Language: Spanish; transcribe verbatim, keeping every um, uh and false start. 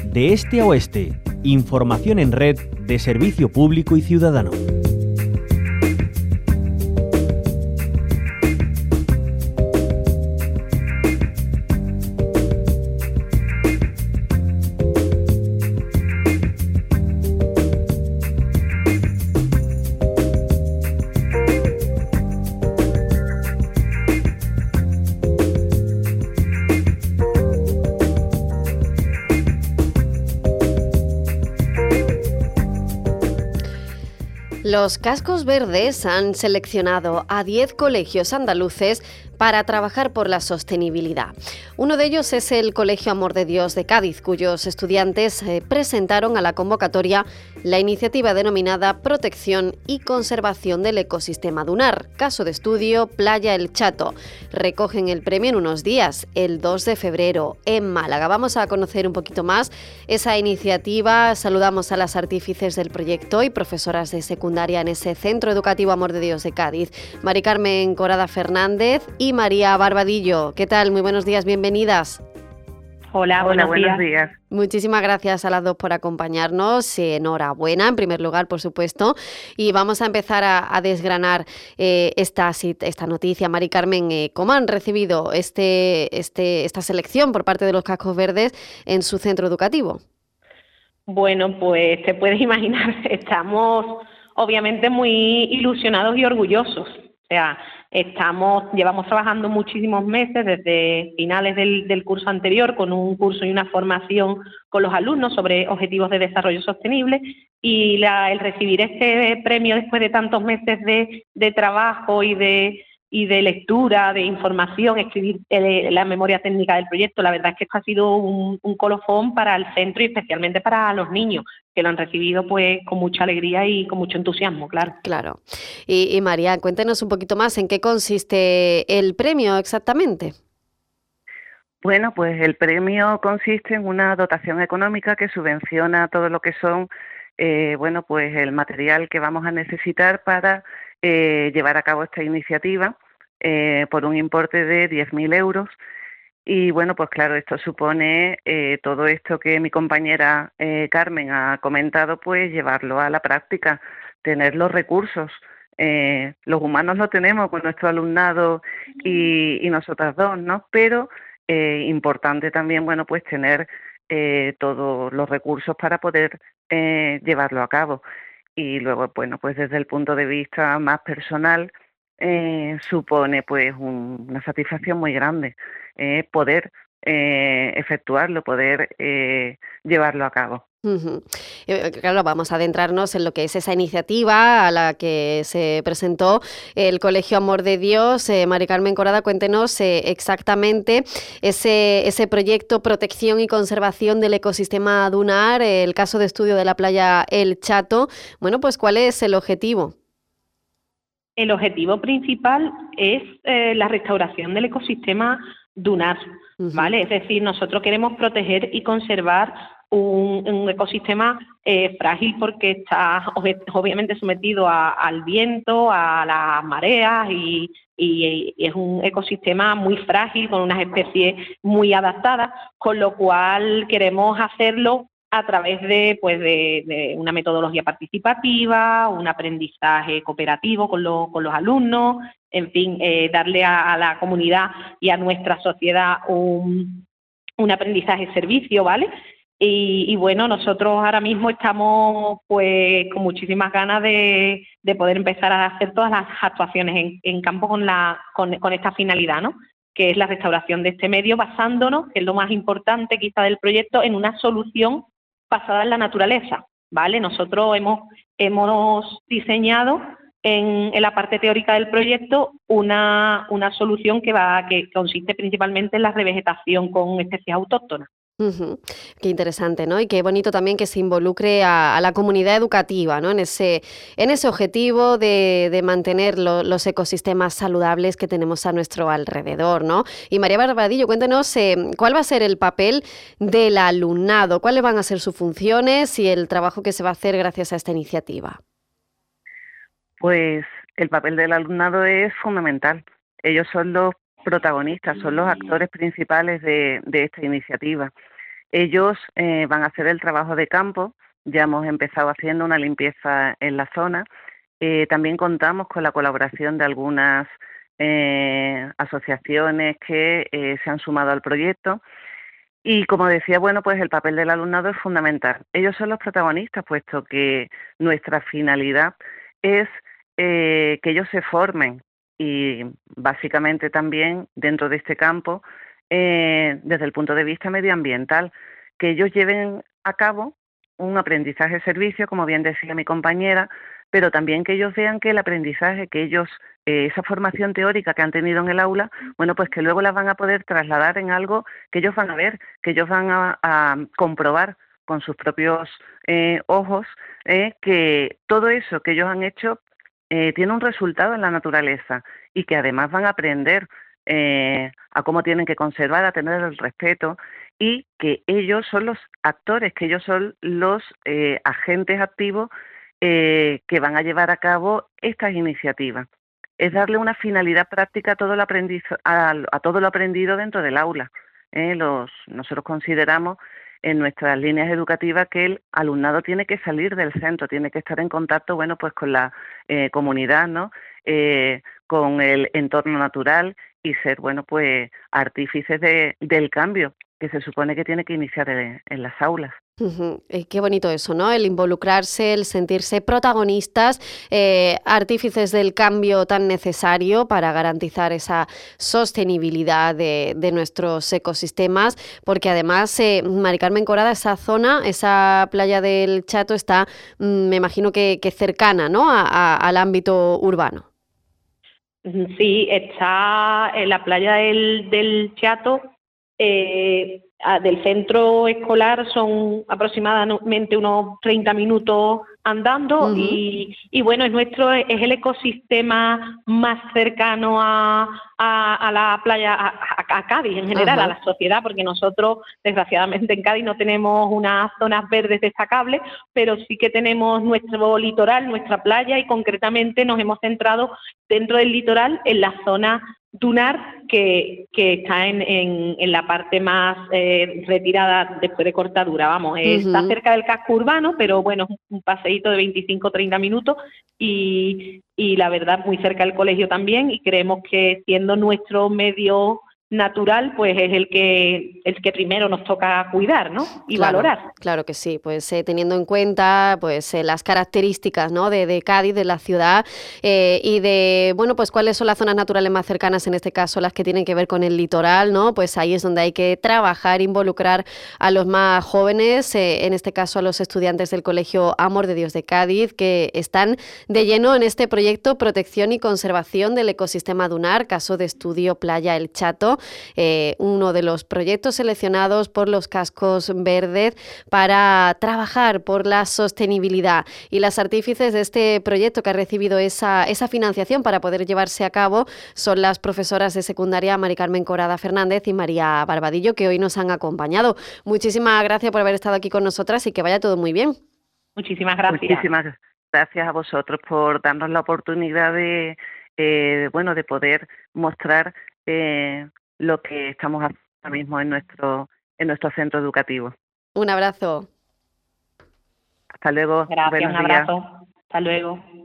De este a oeste, información en red de servicio público y ciudadano. Los Cascos Verdes han seleccionado a diez colegios andaluces para trabajar por la sostenibilidad. Uno de ellos es el Colegio Amor de Dios de Cádiz, cuyos estudiantes eh, presentaron a la convocatoria la iniciativa denominada Protección y Conservación del Ecosistema Dunar, caso de estudio Playa El Chato. Recogen el premio en unos días, el dos de febrero, en Málaga. Vamos a conocer un poquito más esa iniciativa. Saludamos a las artífices del proyecto y profesoras de secundaria en ese Centro Educativo Amor de Dios de Cádiz, Mari Carmen Corada Fernández y María Barbadillo. ¿Qué tal? Muy buenos días, bienvenidas. Hola, Hola, buenos, buenos días. días. Muchísimas gracias a las dos por acompañarnos. Enhorabuena, en primer lugar, por supuesto. Y vamos a empezar a, a desgranar eh, esta, esta noticia. Mari Carmen, eh, ¿cómo han recibido este, este, esta selección por parte de los Cascos Verdes en su centro educativo? Bueno, pues te puedes imaginar, estamos obviamente muy ilusionados y orgullosos. O sea, estamos, llevamos trabajando muchísimos meses desde finales del, del curso anterior con un curso y una formación con los alumnos sobre objetivos de desarrollo sostenible, y la, el recibir este premio después de tantos meses de, de trabajo y de y de lectura, de información, escribir eh, la memoria técnica del proyecto, la verdad es que esto ha sido un, un colofón para el centro y especialmente para los niños, que lo han recibido pues con mucha alegría y con mucho entusiasmo, claro. Claro. Y, y María, cuéntenos un poquito más en qué consiste el premio exactamente. Bueno, pues el premio consiste en una dotación económica que subvenciona todo lo que son, eh, bueno, pues el material que vamos a necesitar para eh, llevar a cabo esta iniciativa eh, por un importe de diez mil euros. Y bueno, pues claro, esto supone eh, todo esto que mi compañera eh, Carmen ha comentado, pues llevarlo a la práctica, tener los recursos. Eh, los humanos lo tenemos con nuestro alumnado y, y nosotras dos, ¿no? Pero eh, importante también, bueno, pues tener eh, todos los recursos para poder eh, llevarlo a cabo. Y luego, bueno, pues desde el punto de vista más personal, eh, supone pues un, una satisfacción muy grande eh, poder eh, efectuarlo, poder eh, llevarlo a cabo. Uh-huh. Eh, claro, vamos a adentrarnos en lo que es esa iniciativa a la que se presentó el Colegio Amor de Dios. Eh, Mari Carmen Corada, cuéntenos eh, exactamente ese, ese proyecto Protección y Conservación del Ecosistema Dunar, eh, el caso de estudio de la playa El Chato. Bueno, pues ¿cuál es el objetivo? El objetivo principal es eh, la restauración del ecosistema dunar, uh-huh. ¿vale? Es decir, nosotros queremos proteger y conservar un, un ecosistema eh, frágil porque está ob- obviamente sometido a, al viento, a las mareas y, y, y es un ecosistema muy frágil con unas especies muy adaptadas, con lo cual queremos hacerlo a través de, pues de, de una metodología participativa, un aprendizaje cooperativo con, lo, con los alumnos, en fin, eh, darle a, a la comunidad y a nuestra sociedad un, un aprendizaje-servicio, ¿vale? Y, y bueno, nosotros ahora mismo estamos pues con muchísimas ganas de, de poder empezar a hacer todas las actuaciones en, en campo con, la, con, con esta finalidad, ¿no? Que es la restauración de este medio, basándonos, que es lo más importante quizá del proyecto, en una solución basada en la naturaleza, ¿vale? Nosotros hemos, hemos diseñado en, en la parte teórica del proyecto una, una solución que, va, que consiste principalmente en la revegetación con especies autóctonas. Uh-huh. Qué interesante, ¿no? Y qué bonito también que se involucre a, a la comunidad educativa, ¿no? En ese, en ese objetivo de, de mantener lo, los ecosistemas saludables que tenemos a nuestro alrededor, ¿no? Y María Barbadillo, cuéntenos eh, cuál va a ser el papel del alumnado, cuáles van a ser sus funciones y el trabajo que se va a hacer gracias a esta iniciativa. Pues el papel del alumnado es fundamental. Ellos son los protagonistas, son los actores principales de, de esta iniciativa. Ellos eh, van a hacer el trabajo de campo, ya hemos empezado haciendo una limpieza en la zona. Eh, también contamos con la colaboración de algunas eh, asociaciones que eh, se han sumado al proyecto. Y como decía, bueno, pues el papel del alumnado es fundamental. Ellos son los protagonistas, puesto que nuestra finalidad es eh, que ellos se formen y básicamente también dentro de este campo, eh, desde el punto de vista medioambiental, que ellos lleven a cabo un aprendizaje de servicio, como bien decía mi compañera, pero también que ellos vean que el aprendizaje, que ellos, eh, esa formación teórica que han tenido en el aula, bueno, pues que luego las van a poder trasladar en algo que ellos van a ver, que ellos van a, a comprobar con sus propios eh, ojos, eh, que todo eso que ellos han hecho eh, tiene un resultado en la naturaleza y que además van a aprender eh, a cómo tienen que conservar, a tener el respeto, y que ellos son los actores, que ellos son los eh, agentes activos eh, que van a llevar a cabo estas iniciativas. Es darle una finalidad práctica a todo lo aprendido, a, a todo lo aprendido dentro del aula. ¿eh? Los, nosotros consideramos en nuestras líneas educativas que el alumnado tiene que salir del centro, tiene que estar en contacto, bueno, pues con la eh, comunidad, ¿no? Eh, con el entorno natural y ser, bueno, pues artífices de, del cambio que se supone que tiene que iniciar en, en las aulas. Uh-huh. Eh, qué bonito eso, ¿no? El involucrarse, el sentirse protagonistas, eh, artífices del cambio tan necesario para garantizar esa sostenibilidad de, de nuestros ecosistemas, porque además, eh, Mari Carmen Corada, esa zona, esa playa del Chato está, mm, me imagino que, que cercana, ¿no? A, a, al ámbito urbano. Sí, está en la playa del, del Chato. Eh, del centro escolar son aproximadamente unos treinta minutos andando. Uh-huh. y, y bueno, es nuestro es el ecosistema más cercano a, a, a la playa, a, a Cádiz en general, uh-huh. a la sociedad, porque nosotros desgraciadamente en Cádiz no tenemos unas zonas verdes destacables, pero sí que tenemos nuestro litoral, nuestra playa, y concretamente nos hemos centrado dentro del litoral en la zona dunar, que, que está en, en, en la parte más eh, retirada después de Cortadura, vamos, uh-huh. está cerca del casco urbano, pero bueno, es un paseíto de veinticinco a treinta minutos y, y la verdad muy cerca del colegio también, y creemos que siendo nuestro medio natural, pues es el que el que primero nos toca cuidar, ¿no? Y claro, valorar. Claro que sí, pues eh, teniendo en cuenta pues eh, las características, ¿no? de, de Cádiz, de la ciudad, eh, y de, bueno, pues cuáles son las zonas naturales más cercanas, en este caso las que tienen que ver con el litoral, ¿no? Pues ahí es donde hay que trabajar, involucrar a los más jóvenes, eh, en este caso a los estudiantes del Colegio Amor de Dios de Cádiz, que están de lleno en este proyecto Protección y Conservación del Ecosistema Dunar, caso de estudio Playa El Chato, Eh, uno de los proyectos seleccionados por los cascos verdes para trabajar por la sostenibilidad. Y las artífices de este proyecto que ha recibido esa, esa financiación para poder llevarse a cabo son las profesoras de secundaria Mari Carmen Corada Fernández y María Barbadillo, que hoy nos han acompañado. Muchísimas gracias por haber estado aquí con nosotras y que vaya todo muy bien. Muchísimas gracias. Muchísimas gracias a vosotros por darnos la oportunidad de, eh, bueno, de poder mostrar eh, lo que estamos haciendo ahora mismo en nuestro en nuestro centro educativo. Un abrazo. Hasta luego. Gracias, Buenos un abrazo. días. Hasta luego.